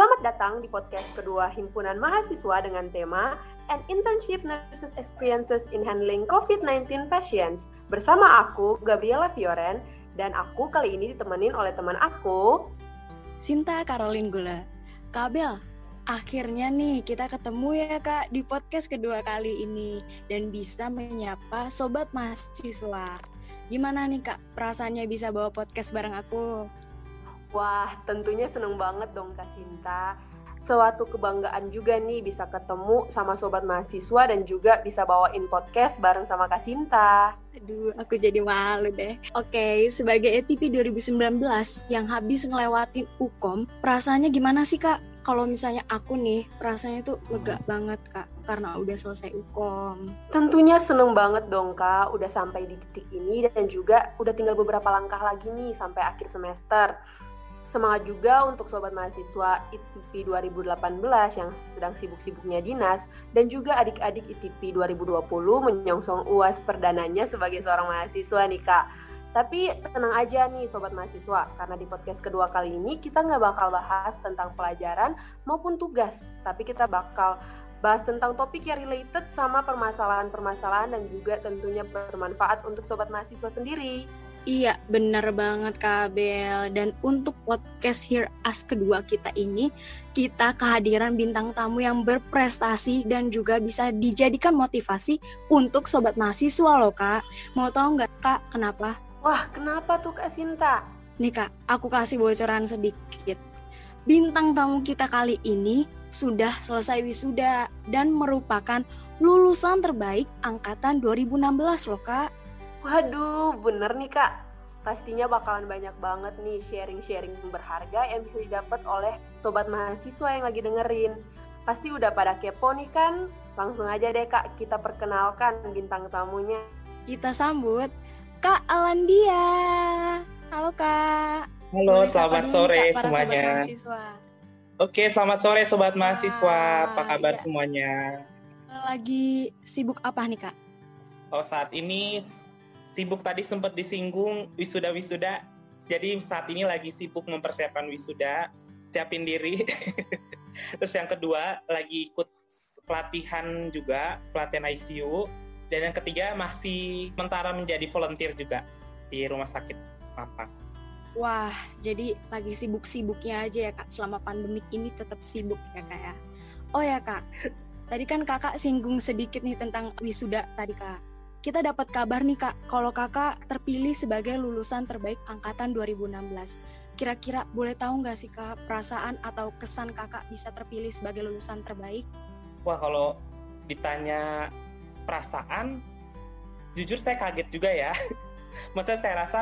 Selamat datang di podcast kedua Himpunan Mahasiswa dengan tema An Internship Nurses Experiences in Handling COVID-19 Patients. Bersama aku, Gabriela Fioren, dan aku kali ini ditemenin oleh teman aku, Sinta Caroline Gula. Kak Bel, akhirnya nih kita ketemu ya Kak di podcast kedua kali ini dan bisa menyapa sobat mahasiswa. Gimana nih Kak perasaannya bisa bawa podcast bareng aku? Wah, tentunya seneng banget dong Kak Sinta. Suatu kebanggaan juga nih bisa ketemu sama sobat mahasiswa dan juga bisa bawain podcast bareng sama Kak Sinta. Aduh, aku jadi malu deh. Oke, sebagai ETP 2019 yang habis ngelewatin UKOM, perasaannya gimana sih Kak? Kalau misalnya aku nih, rasanya tuh lega banget Kak, karena udah selesai UKOM. Tentunya seneng banget dong Kak, udah sampai di titik ini dan juga udah tinggal beberapa langkah lagi nih sampai akhir semester. Semangat juga untuk sobat mahasiswa ITP 2018 yang sedang sibuk-sibuknya dinas dan juga adik-adik ITP 2020 menyongsong UAS perdananya sebagai seorang mahasiswa nih Kak. Tapi tenang aja nih sobat mahasiswa, karena di podcast kedua kali ini kita nggak bakal bahas tentang pelajaran maupun tugas, tapi kita bakal bahas tentang topik yang related sama permasalahan-permasalahan dan juga tentunya bermanfaat untuk sobat mahasiswa sendiri. Iya, benar banget Kak Bel. Dan untuk podcast Hear Us kedua kita ini, kita kehadiran bintang tamu yang berprestasi dan juga bisa dijadikan motivasi untuk sobat mahasiswa loh Kak. Mau tahu nggak Kak kenapa? Wah, kenapa tuh Kak Sinta? Nih Kak, aku kasih bocoran sedikit. Bintang tamu kita kali ini sudah selesai wisuda dan merupakan lulusan terbaik angkatan 2016 loh Kak. Waduh, bener nih Kak. Pastinya bakalan banyak banget nih sharing-sharing berharga yang bisa didapat oleh sobat mahasiswa yang lagi dengerin. Pasti udah pada kepo nih kan? Langsung aja deh Kak, kita perkenalkan bintang tamunya. Kita sambut Kak Alandia. Halo Kak. Halo, selamat sore nih, Kak, para semuanya. sobat mahasiswa. Oke, selamat sore sobat mahasiswa. Apa kabar iya. semuanya? Lagi sibuk apa nih Kak? Oh, saat ini sibuk, tadi sempat disinggung wisuda-wisuda. Jadi saat ini lagi sibuk mempersiapkan wisuda, siapin diri. Terus yang kedua lagi ikut pelatihan juga, pelatihan ICU. Dan yang ketiga masih sementara menjadi volunteer juga di rumah sakit Mampang. Wah, jadi lagi sibuk-sibuknya aja ya Kak. Selama pandemik ini tetap sibuk ya Kak ya. Oh ya Kak, tadi kan Kakak singgung sedikit nih tentang wisuda tadi Kak. Kita dapat kabar nih Kak, kalau Kakak terpilih sebagai lulusan terbaik angkatan 2016. Kira-kira boleh tahu nggak sih Kak perasaan atau kesan Kakak bisa terpilih sebagai lulusan terbaik? Wah, kalau ditanya perasaan, jujur saya kaget juga ya. Maksudnya saya rasa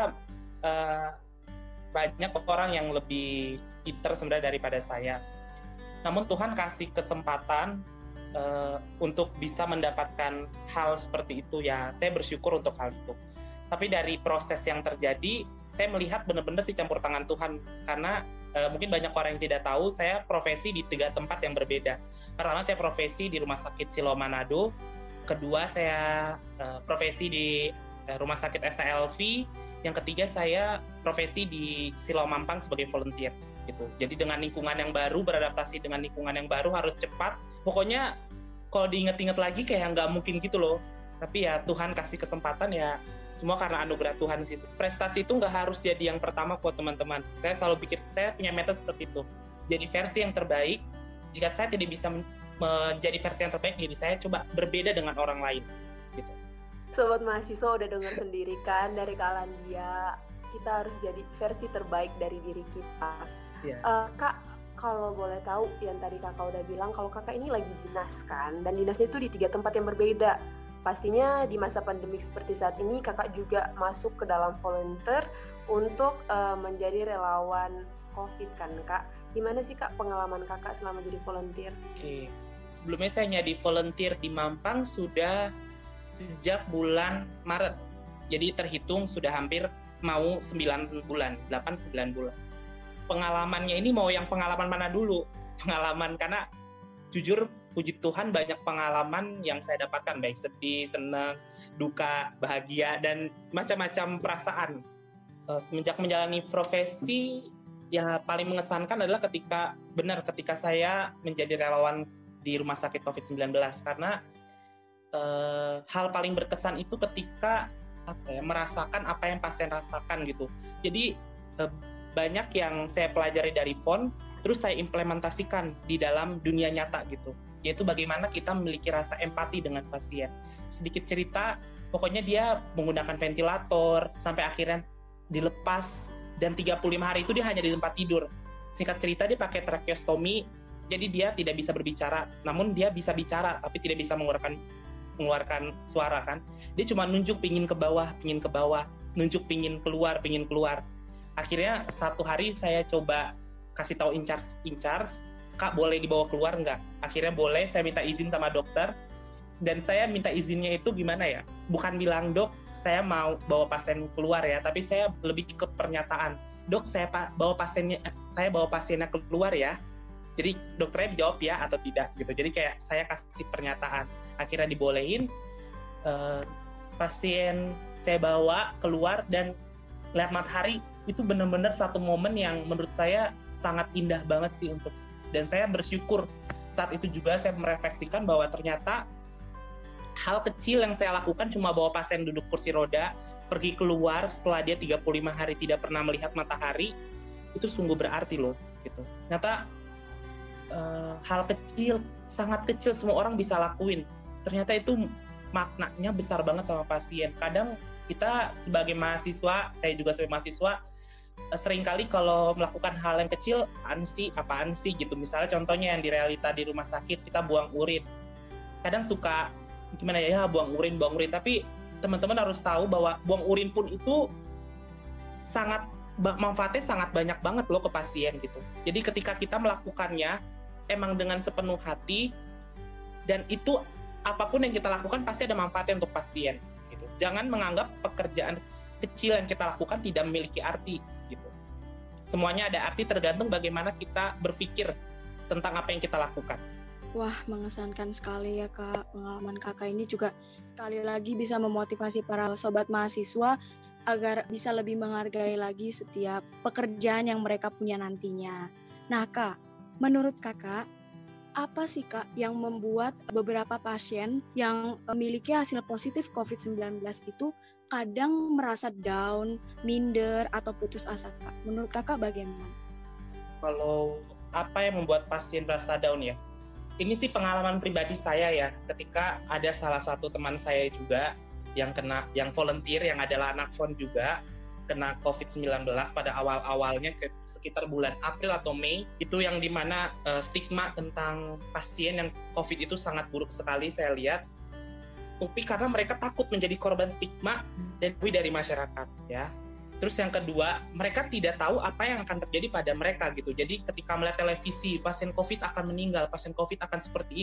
banyak orang yang lebih pinter sebenarnya daripada saya. Namun Tuhan kasih kesempatan untuk bisa mendapatkan hal seperti itu ya. Saya bersyukur untuk hal itu. Tapi dari proses yang terjadi, saya melihat benar-benar si campur tangan Tuhan. Karena mungkin banyak orang yang tidak tahu, saya profesi di 3 tempat yang berbeda. Pertama, saya profesi di Rumah Sakit Siloam Manado. Kedua, saya profesi di Rumah Sakit SLV. Yang ketiga, saya profesi di Siloam Mampang sebagai volunteer. Gitu. Jadi dengan lingkungan yang baru, beradaptasi dengan lingkungan yang baru harus cepat. Pokoknya kalau diingat-ingat lagi kayak nggak mungkin gitu loh. Tapi ya Tuhan kasih kesempatan ya, semua karena anugerah Tuhan sih. Prestasi itu nggak harus jadi yang pertama buat teman-teman. Saya selalu pikir, saya punya meta seperti itu. Jadi versi yang terbaik. Jika saya tidak bisa menjadi versi yang terbaik, jadi saya coba berbeda dengan orang lain. Gitu. Sobat mahasiswa udah denger sendiri kan dari Kak Alandia. Kita harus jadi versi terbaik dari diri kita. Yes. Kak, kalau boleh tahu yang tadi kakak udah bilang kalau kakak ini lagi dinas kan, dan dinasnya itu di 3 tempat yang berbeda. Pastinya di masa pandemik seperti saat ini kakak juga masuk ke dalam volunteer untuk menjadi relawan COVID kan Kak. Gimana sih Kak pengalaman kakak selama jadi volunteer? Oke. Sebelumnya saya jadi volunteer di Mampang sudah sejak bulan Maret. Jadi terhitung sudah hampir mau 9 bulan, 8-9 bulan. Pengalamannya ini mau yang pengalaman mana dulu? Pengalaman, karena jujur puji Tuhan banyak pengalaman yang saya dapatkan, baik sedih, senang, duka, bahagia, dan macam-macam perasaan. Semenjak menjalani profesi yang paling mengesankan adalah ketika saya menjadi relawan di rumah sakit COVID-19, karena hal paling berkesan itu ketika merasakan apa yang pasien rasakan gitu. Jadi banyak yang saya pelajari dari FON, terus saya implementasikan di dalam dunia nyata gitu, yaitu bagaimana kita memiliki rasa empati dengan pasien. Sedikit cerita, pokoknya dia menggunakan ventilator sampai akhirnya dilepas, dan 35 hari itu dia hanya di tempat tidur. Singkat cerita, dia pakai tracheostomy, jadi dia tidak bisa berbicara, namun dia bisa bicara tapi tidak bisa mengeluarkan suara kan. Dia cuma nunjuk pingin ke bawah, nunjuk pingin keluar. Akhirnya satu hari saya coba kasih tahu in charge, Kak boleh dibawa keluar nggak? Akhirnya boleh, saya minta izin sama dokter, dan saya minta izinnya itu gimana ya? Bukan bilang, dok saya mau bawa pasien keluar ya, tapi saya lebih ke pernyataan, dok saya bawa pasiennya keluar ya. Jadi dokternya jawab ya atau tidak gitu. Jadi kayak saya kasih pernyataan. Akhirnya dibolehin, pasien saya bawa keluar dan lihat matahari. Itu benar-benar satu momen yang menurut saya sangat indah banget sih dan saya bersyukur saat itu juga saya merefleksikan bahwa ternyata hal kecil yang saya lakukan, cuma bawa pasien duduk kursi roda, pergi keluar setelah dia 35 hari tidak pernah melihat matahari, itu sungguh berarti loh gitu. Ternyata hal kecil, sangat kecil, semua orang bisa lakuin. Ternyata itu maknanya besar banget sama pasien. Kadang kita sebagai mahasiswa, saya juga sebagai mahasiswa, seringkali kalau melakukan hal yang kecil, apaan sih gitu. Misalnya contohnya yang di realita di rumah sakit, kita buang urin. Kadang suka gimana ya, buang urin, tapi teman-teman harus tahu bahwa buang urin pun itu manfaatnya sangat banyak banget loh ke pasien gitu. Jadi ketika kita melakukannya emang dengan sepenuh hati, dan itu apapun yang kita lakukan pasti ada manfaatnya untuk pasien gitu. Jangan menganggap pekerjaan kecil yang kita lakukan tidak memiliki arti gitu. Semuanya ada arti, tergantung bagaimana kita berpikir tentang apa yang kita lakukan. Wah, mengesankan sekali ya Kak. Pengalaman Kakak ini juga sekali lagi bisa memotivasi para sobat mahasiswa agar bisa lebih menghargai lagi setiap pekerjaan yang mereka punya nantinya. Nah Kak, menurut Kakak, apa sih Kak yang membuat beberapa pasien yang memiliki hasil positif COVID-19 itu kadang merasa down, minder, atau putus asa Kak? Menurut Kakak bagaimana? Kalau apa yang membuat pasien merasa down ya? Ini sih pengalaman pribadi saya ya, ketika ada salah satu teman saya juga yang volunteer, yang adalah anak FON juga, kena COVID-19 pada awal-awalnya sekitar bulan April atau Mei, itu yang dimana stigma tentang pasien yang COVID itu sangat buruk sekali saya lihat. Tapi karena mereka takut menjadi korban stigma dan dari masyarakat ya. Terus yang kedua, mereka tidak tahu apa yang akan terjadi pada mereka gitu. Jadi ketika melihat televisi, pasien COVID akan meninggal, pasien COVID akan seperti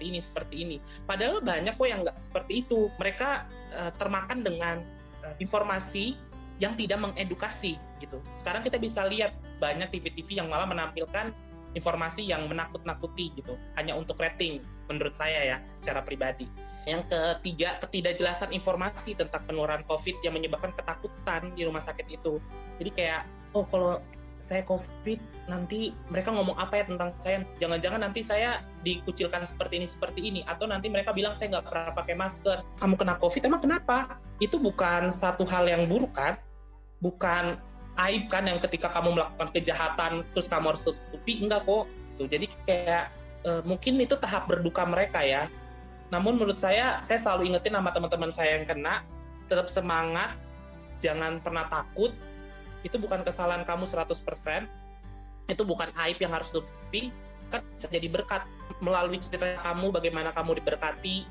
ini. Padahal banyak kok yang nggak seperti itu. Mereka termakan dengan informasi yang tidak mengedukasi gitu. Sekarang kita bisa lihat banyak TV-TV yang malah menampilkan informasi yang menakut-nakuti gitu, hanya untuk rating menurut saya ya, secara pribadi. Yang ketiga, ketidakjelasan informasi tentang penularan COVID yang menyebabkan ketakutan di rumah sakit itu. Jadi kayak, oh kalau saya COVID, nanti mereka ngomong apa ya tentang saya? Jangan-jangan nanti saya dikucilkan seperti ini, atau nanti mereka bilang saya nggak pernah pakai masker. Kamu kena COVID, emang kenapa? Itu bukan satu hal yang buruk kan? Bukan aib kan yang ketika kamu melakukan kejahatan terus kamu harus tutupi, enggak kok. Jadi kayak mungkin itu tahap berduka mereka ya. Namun menurut saya selalu ingetin sama teman-teman saya yang kena, tetap semangat, jangan pernah takut. Itu bukan kesalahan kamu 100%, itu bukan aib yang harus tutupi, kan bisa jadi berkat. Melalui cerita kamu, bagaimana kamu diberkati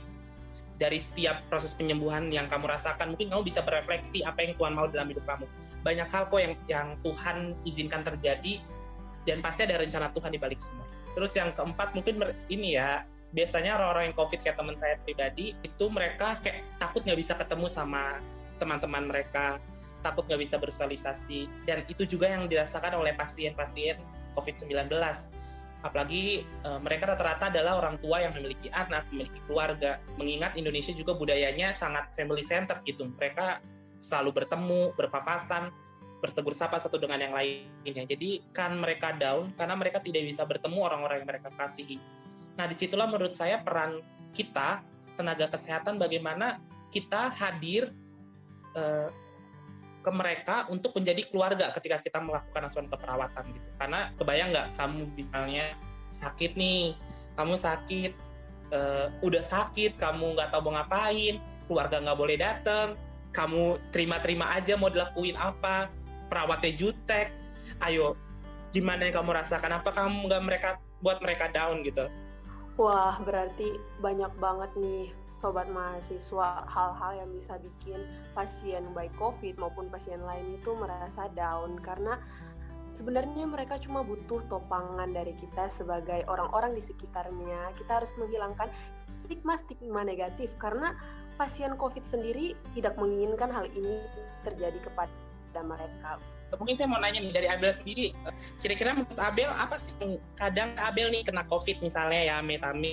dari setiap proses penyembuhan yang kamu rasakan, mungkin kamu bisa berefleksi apa yang Tuhan mau dalam hidup kamu. Banyak hal kok yang Tuhan izinkan terjadi, dan pasti ada rencana Tuhan di balik semua. Terus yang keempat mungkin ini ya, biasanya orang-orang yang COVID kayak teman saya pribadi, itu mereka kayak takut nggak bisa ketemu sama teman-teman mereka, takut nggak bisa bersosialisasi, dan itu juga yang dirasakan oleh pasien-pasien COVID-19. Apalagi mereka rata-rata adalah orang tua yang memiliki anak, memiliki keluarga. Mengingat Indonesia juga budayanya sangat family centered gitu. Mereka selalu bertemu, berpapasan. bertegur sapa satu dengan yang lainnya. Jadi kan mereka down karena mereka tidak bisa bertemu orang-orang yang mereka kasihi. Nah, disitulah menurut saya peran kita, tenaga kesehatan, bagaimana kita hadir ke mereka untuk menjadi keluarga ketika kita melakukan asuhan keperawatan gitu. Karena kebayang nggak kamu misalnya sakit nih, kamu sakit, udah sakit, kamu nggak tahu mau ngapain, keluarga nggak boleh datang, kamu terima-terima aja mau dilakuin apa, perawatnya jutek, ayo gimana yang kamu rasakan, apa kamu nggak buat mereka down gitu. Wah, berarti banyak banget nih sobat mahasiswa hal-hal yang bisa bikin pasien baik COVID maupun pasien lain itu merasa down, karena sebenarnya mereka cuma butuh topangan dari kita sebagai orang-orang di sekitarnya. Kita harus menghilangkan stigma-stigma negatif, karena pasien COVID sendiri tidak menginginkan hal ini terjadi kepada mereka. Mungkin saya mau nanya nih dari Abel sendiri, kira-kira menurut Abel apa sih kadang Abel nih kena COVID misalnya ya, amit-amit,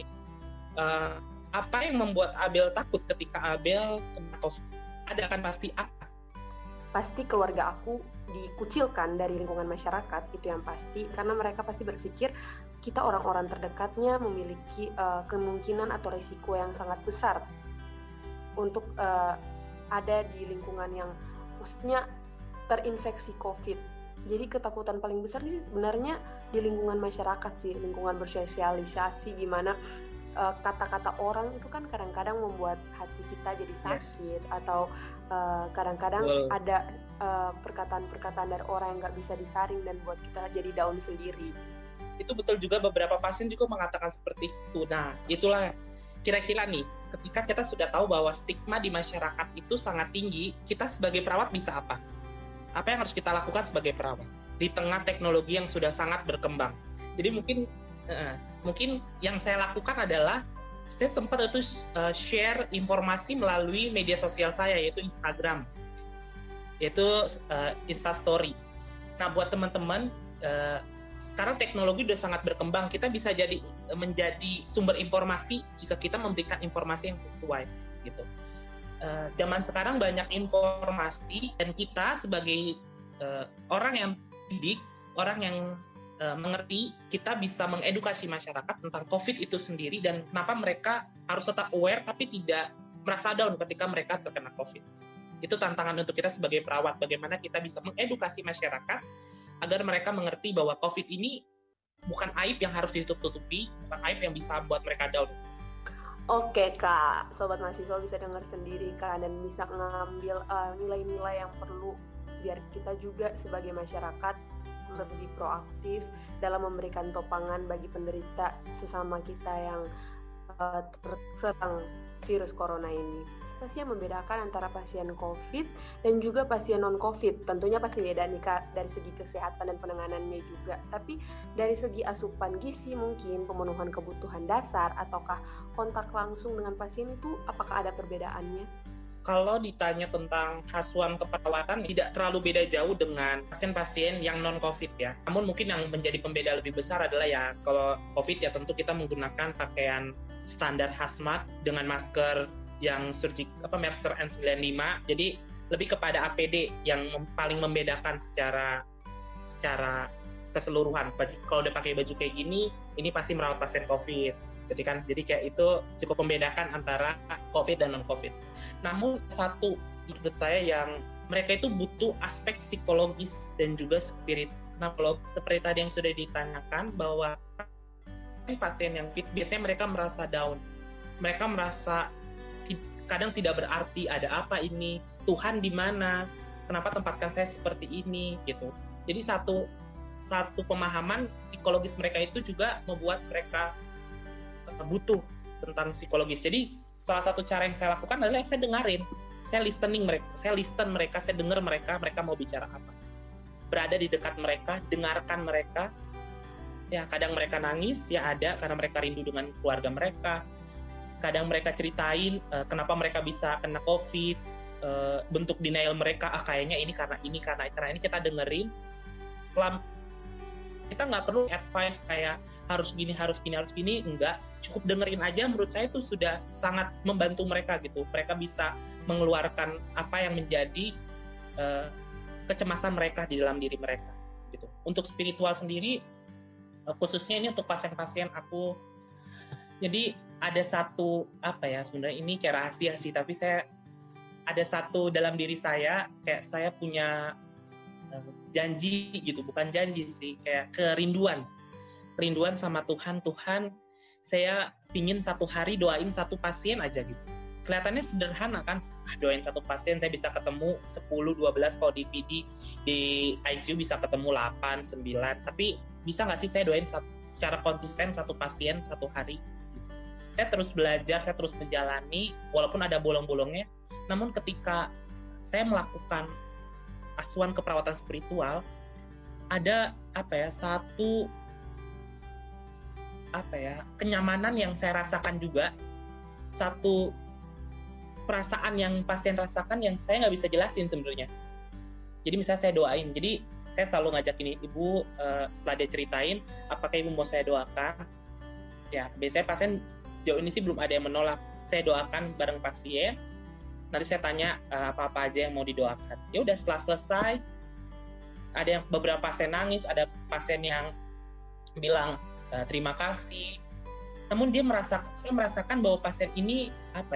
apa yang membuat Abel takut ketika Abel kena COVID? Ada kan pasti apa? Pasti keluarga aku dikucilkan dari lingkungan masyarakat, itu yang pasti, karena mereka pasti berpikir kita orang-orang terdekatnya memiliki kemungkinan atau risiko yang sangat besar untuk ada di lingkungan yang maksudnya terinfeksi COVID. Jadi ketakutan paling besar sih sebenarnya di lingkungan masyarakat sih, lingkungan bersosialisasi, gimana kata-kata orang itu kan kadang-kadang membuat hati kita jadi sakit, atau kadang-kadang ada perkataan-perkataan dari orang yang nggak bisa disaring dan buat kita jadi down sendiri. Itu betul juga, beberapa pasien juga mengatakan seperti itu. Nah, itulah kira-kira nih, ketika kita sudah tahu bahwa stigma di masyarakat itu sangat tinggi, kita sebagai perawat bisa apa? Apa yang harus kita lakukan sebagai perawat di tengah teknologi yang sudah sangat berkembang? Jadi mungkin yang saya lakukan adalah saya sempat itu share informasi melalui media sosial saya, yaitu Instagram, yaitu Instastory. Nah, buat teman-teman, sekarang teknologi sudah sangat berkembang, kita bisa menjadi sumber informasi jika kita memberikan informasi yang sesuai gitu. Zaman sekarang banyak informasi, dan kita sebagai orang yang didik, orang yang mengerti, kita bisa mengedukasi masyarakat tentang COVID itu sendiri dan kenapa mereka harus tetap aware tapi tidak merasa down ketika mereka terkena COVID. Itu tantangan untuk kita sebagai perawat, bagaimana kita bisa mengedukasi masyarakat agar mereka mengerti bahwa COVID ini bukan aib yang harus ditutup-tutupi, bukan aib yang bisa buat mereka down. Oke Kak, sobat mahasiswa bisa dengar sendiri Kak, dan bisa ngambil nilai-nilai yang perlu biar kita juga sebagai masyarakat lebih proaktif dalam memberikan topangan bagi penderita sesama kita yang terserang virus corona ini. Apa sih yang membedakan antara pasien COVID dan juga pasien non-COVID? Tentunya pasti beda nih Kak, dari segi kesehatan dan penanganannya juga. Tapi dari segi asupan gizi mungkin, pemenuhan kebutuhan dasar, ataukah kontak langsung dengan pasien itu, apakah ada perbedaannya? Kalau ditanya tentang asuhan keperawatan, tidak terlalu beda jauh dengan pasien-pasien yang non-COVID ya. Namun mungkin yang menjadi pembeda lebih besar adalah ya, kalau COVID ya tentu kita menggunakan pakaian standar hazmat dengan masker yang Mercer N95, jadi lebih kepada APD yang paling membedakan secara keseluruhan. Kalau udah pakai baju kayak gini, ini pasti merawat pasien COVID, gitu kan? Jadi kayak itu cukup membedakan antara COVID dan non-COVID. Namun satu menurut saya yang mereka itu butuh aspek psikologis dan juga spirit. Nah, kalau seperti tadi yang sudah ditanyakan bahwa pasien yang fit biasanya mereka merasa down, mereka merasa kadang tidak berarti, ada apa ini, Tuhan di mana, kenapa tempatkan saya seperti ini gitu. Jadi satu pemahaman psikologis mereka itu juga membuat mereka butuh tentang psikologis. Jadi salah satu cara yang saya lakukan adalah saya dengerin, saya listen mereka, saya dengar mereka mau bicara apa, berada di dekat mereka, dengarkan mereka. Ya kadang mereka nangis, ya ada karena mereka rindu dengan keluarga mereka. Kadang mereka ceritain kenapa mereka bisa kena COVID, bentuk denial mereka, kayaknya ini karena ini kita dengerin. Setelah kita nggak perlu advice kayak harus gini, enggak, cukup dengerin aja. Menurut saya itu sudah sangat membantu mereka gitu. Mereka bisa mengeluarkan apa yang menjadi kecemasan mereka di dalam diri mereka gitu. Untuk spiritual sendiri, khususnya ini untuk pasien-pasien aku, jadi ada satu sebenarnya ini kayak rahasia sih, tapi ada satu dalam diri saya, kayak saya punya janji gitu, bukan janji sih, kayak kerinduan sama Tuhan. Saya pingin satu hari doain satu pasien aja gitu. Kelihatannya sederhana kan, doain satu pasien saya bisa ketemu 10-12, kalau di PD di ICU bisa ketemu 8-9, tapi bisa nggak sih saya doain secara konsisten satu pasien satu hari. Saya terus belajar, saya terus menjalani walaupun ada bolong-bolongnya. Namun ketika saya melakukan asuhan keperawatan spiritual, ada satu kenyamanan yang saya rasakan juga, satu perasaan yang pasien rasakan yang saya nggak bisa jelasin sebenarnya. Jadi misalnya saya doain, jadi saya selalu ngajakin ibu, setelah dia ceritain apakah ibu mau saya doakan, ya biasanya pasien sejauh ini sih belum ada yang menolak. Saya doakan bareng pasien, nanti saya tanya apa-apa aja yang mau didoakan. Ya udah, setelah selesai, ada yang beberapa pasien nangis, ada pasien yang bilang terima kasih. Namun saya merasakan bahwa pasien ini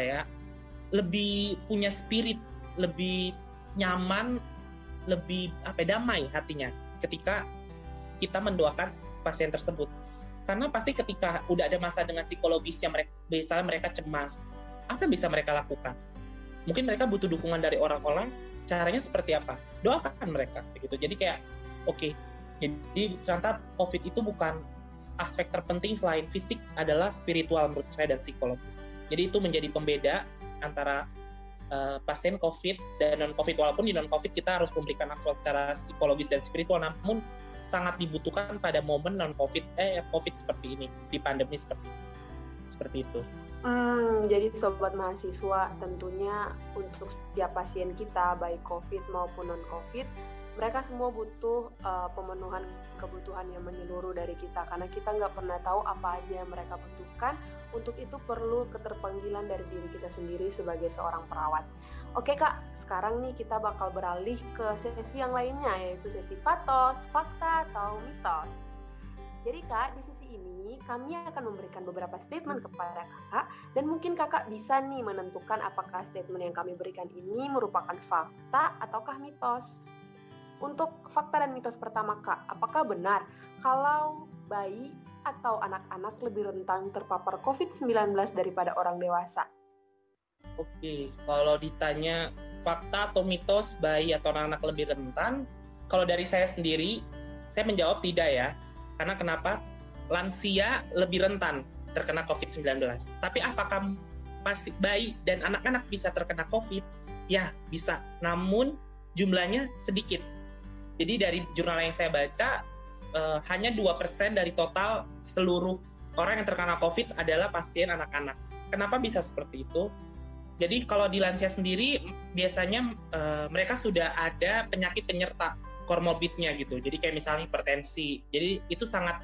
lebih punya spirit, lebih nyaman, lebih damai hatinya ketika kita mendoakan pasien tersebut. Karena pasti ketika udah ada masalah dengan psikologisnya, misalnya mereka cemas, apa yang bisa mereka lakukan? Mungkin mereka butuh dukungan dari orang-orang, caranya seperti apa? Doakan mereka segitu. Jadi kayak oke. Jadi ternyata COVID itu bukan aspek terpenting selain fisik, adalah spiritual menurut saya dan psikologis. Jadi itu menjadi pembeda antara pasien COVID dan non-COVID. Walaupun di non-COVID kita harus memberikan asuhan secara psikologis dan spiritual, namun sangat dibutuhkan pada momen non-COVID, COVID seperti ini, di pandemi seperti itu. Jadi sobat mahasiswa, tentunya untuk setiap pasien kita, baik COVID maupun non-COVID, mereka semua butuh pemenuhan kebutuhan yang menyeluruh dari kita, karena kita nggak pernah tahu apa aja yang mereka butuhkan. Untuk itu perlu keterpanggilan dari diri kita sendiri sebagai seorang perawat. Oke Kak, sekarang nih kita bakal beralih ke sesi yang lainnya, yaitu sesi patos, fakta, atau mitos. Jadi Kak, di sesi ini kami akan memberikan beberapa statement kepada Kakak, dan mungkin Kakak bisa nih menentukan apakah statement yang kami berikan ini merupakan fakta ataukah mitos. Untuk fakta dan mitos pertama Kak, apakah benar kalau bayi atau anak-anak lebih rentan terpapar COVID-19 daripada orang dewasa? Oke, kalau ditanya fakta atau mitos bayi atau anak-anak lebih rentan, kalau dari saya sendiri, saya menjawab tidak ya. Karena kenapa? Lansia lebih rentan terkena COVID-19. Tapi apakah pasti bayi dan anak-anak bisa terkena COVID? Ya, bisa. Namun jumlahnya sedikit. Jadi dari jurnal yang saya baca, hanya 2% dari total seluruh orang yang terkena COVID adalah pasien anak-anak. Kenapa bisa seperti itu? Jadi kalau di lansia sendiri, biasanya mereka sudah ada penyakit penyerta komorbidnya gitu. Jadi kayak misalnya hipertensi. Jadi itu sangat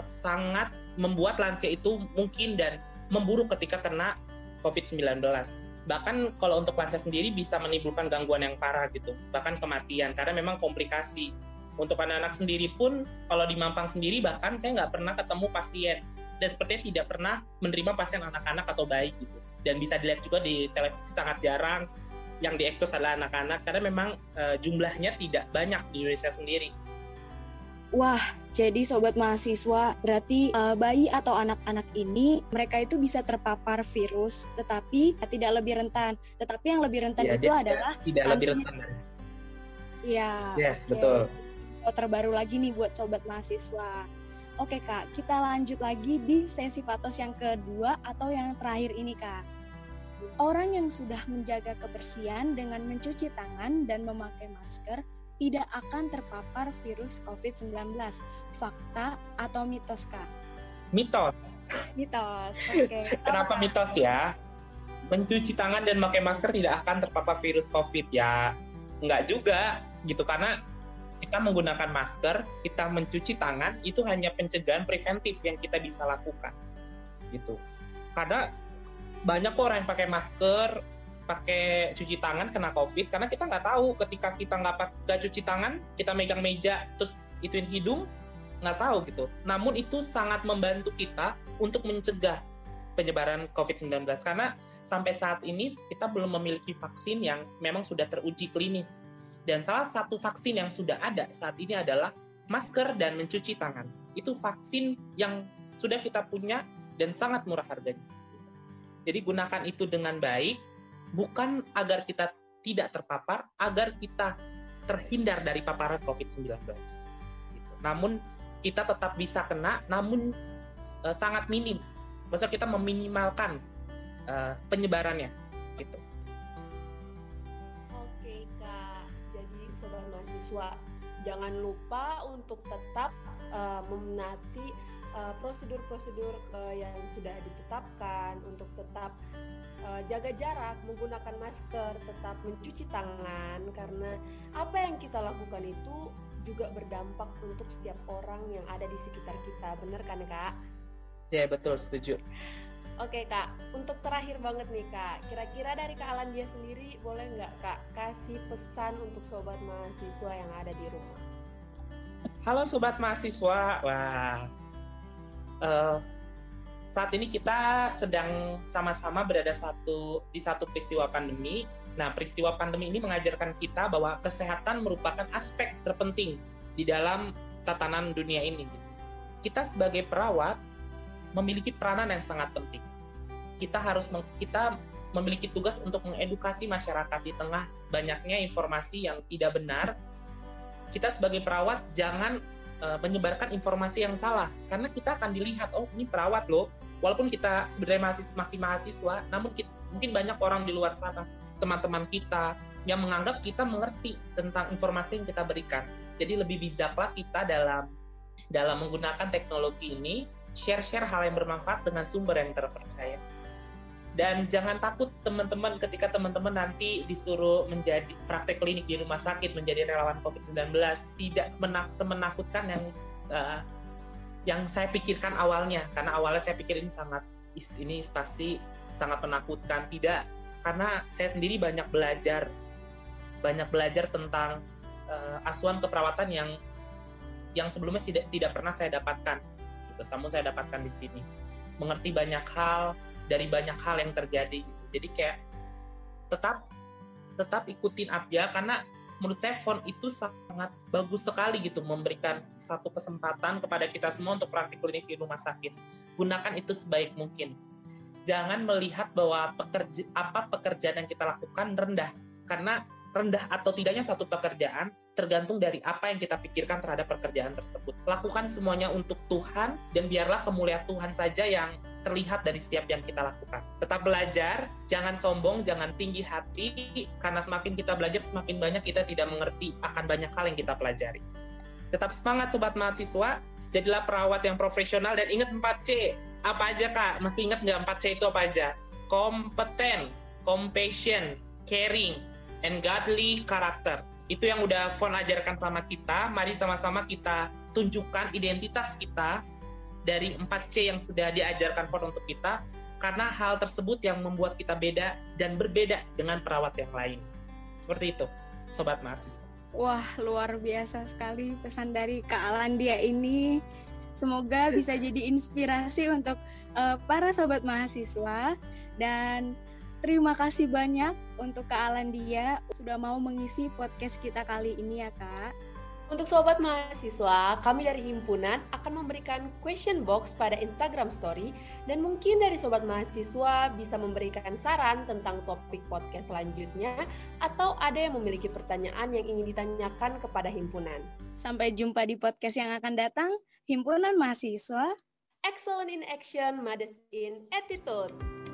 membuat lansia itu mungkin dan memburuk ketika kena COVID-19. Bahkan kalau untuk lansia sendiri bisa menimbulkan gangguan yang parah gitu, bahkan kematian, karena memang komplikasi. Untuk anak-anak sendiri pun, kalau di Mampang sendiri bahkan saya nggak pernah ketemu pasien, dan sepertinya tidak pernah menerima pasien anak-anak atau bayi gitu. Dan bisa dilihat juga di televisi sangat jarang yang diekspos adalah anak-anak, karena memang jumlahnya tidak banyak di Indonesia sendiri. Wah, jadi sobat mahasiswa, berarti bayi atau anak-anak ini mereka itu bisa terpapar virus, tetapi tidak lebih rentan. Tetapi yang lebih rentan ya, itu adalah tidak lebih rentan. Iya. Yes, okay. Betul. Terbaru lagi nih buat sobat mahasiswa. Oke Kak, kita lanjut lagi di sesi patos yang kedua atau yang terakhir ini Kak. Orang yang sudah menjaga kebersihan dengan mencuci tangan dan memakai masker tidak akan terpapar virus COVID-19. Fakta atau mitos, Kak? Mitos. Mitos, oke. Kenapa mitos ya? Mencuci tangan dan memakai masker tidak akan terpapar virus COVID ya? Enggak juga, gitu. Karena kita menggunakan masker, kita mencuci tangan, itu hanya pencegahan preventif yang kita bisa lakukan. Gitu. Karena banyak orang yang pakai masker, pakai cuci tangan kena COVID, karena kita nggak tahu ketika kita nggak cuci tangan, kita megang meja terus ituin hidung, nggak tahu gitu. Namun itu sangat membantu kita untuk mencegah penyebaran COVID-19 karena sampai saat ini kita belum memiliki vaksin yang memang sudah teruji klinis. Dan salah satu vaksin yang sudah ada saat ini adalah masker dan mencuci tangan. Itu vaksin yang sudah kita punya dan sangat murah harganya. Jadi gunakan itu dengan baik, bukan agar kita tidak terpapar, agar kita terhindar dari paparan COVID-19. Gitu. Namun kita tetap bisa kena, namun sangat minim. Maksudnya kita meminimalkan penyebarannya. Gitu. Oke Kak, jadi sobat mahasiswa, jangan lupa untuk tetap memenuhi prosedur-prosedur yang sudah ditetapkan, untuk tetap jaga jarak, menggunakan masker, tetap mencuci tangan, karena apa yang kita lakukan itu juga berdampak untuk setiap orang yang ada di sekitar kita. Benar kan Kak? Ya betul, setuju. Oke Kak, untuk terakhir banget nih Kak, kira-kira dari Kak Alandia sendiri boleh nggak Kak kasih pesan untuk sobat mahasiswa yang ada di rumah? Halo sobat mahasiswa, saat ini kita sedang sama-sama berada di satu peristiwa pandemi. Nah, peristiwa pandemi ini mengajarkan kita bahwa kesehatan merupakan aspek terpenting di dalam tatanan dunia ini. Kita sebagai perawat memiliki peranan yang sangat penting. Kita memiliki tugas untuk mengedukasi masyarakat di tengah banyaknya informasi yang tidak benar. Kita sebagai perawat jangan menyebarkan informasi yang salah, karena kita akan dilihat, oh ini perawat loh, walaupun kita sebenarnya masih mahasiswa, namun mungkin banyak orang di luar sana, teman-teman kita, yang menganggap kita mengerti tentang informasi yang kita berikan. Jadi lebih bijaklah kita dalam menggunakan teknologi ini, share hal yang bermanfaat dengan sumber yang terpercaya. Dan jangan takut teman-teman ketika teman-teman nanti disuruh menjadi praktek klinik di rumah sakit, menjadi relawan COVID-19, tidak semenakutkan yang saya pikirkan awalnya. Karena awalnya saya pikir ini pasti sangat menakutkan. Tidak, karena saya sendiri banyak belajar tentang asuhan keperawatan yang sebelumnya tidak pernah saya dapatkan. Gitu. Namun saya dapatkan di sini. Mengerti banyak hal dari banyak hal yang terjadi. Jadi kayak tetap ikutin aja, karena menurut saya FON itu sangat bagus sekali gitu, memberikan satu kesempatan kepada kita semua untuk praktik klinik di rumah sakit. Gunakan itu sebaik mungkin. Jangan melihat bahwa pekerjaan yang kita lakukan rendah, karena rendah atau tidaknya satu pekerjaan tergantung dari apa yang kita pikirkan terhadap pekerjaan tersebut. Lakukan semuanya untuk Tuhan, dan biarlah kemuliaan Tuhan saja yang terlihat dari setiap yang kita lakukan. Tetap belajar, jangan sombong, jangan tinggi hati, karena semakin kita belajar, semakin banyak kita tidak mengerti akan banyak hal yang kita pelajari. Tetap semangat sobat mahasiswa, jadilah perawat yang profesional, dan ingat 4C. Apa aja Kak? Masih ingat nggak 4C itu apa aja? Kompeten, compassion, caring, and godly character. Itu yang udah FON ajarkan sama kita. Mari sama-sama kita tunjukkan identitas kita dari 4C yang sudah diajarkan FON untuk kita, karena hal tersebut yang membuat kita beda dan berbeda dengan perawat yang lain. Seperti itu, sobat mahasiswa. Wah, luar biasa sekali pesan dari Kak Alandia ini. Semoga bisa jadi inspirasi untuk para sobat mahasiswa, dan terima kasih banyak untuk Kak Alandia sudah mau mengisi podcast kita kali ini ya Kak. Untuk sobat mahasiswa, kami dari himpunan akan memberikan question box pada Instagram story, dan mungkin dari sobat mahasiswa bisa memberikan saran tentang topik podcast selanjutnya, atau ada yang memiliki pertanyaan yang ingin ditanyakan kepada himpunan. Sampai jumpa di podcast yang akan datang. Himpunan Mahasiswa Excellent in Action, Modest in Attitude.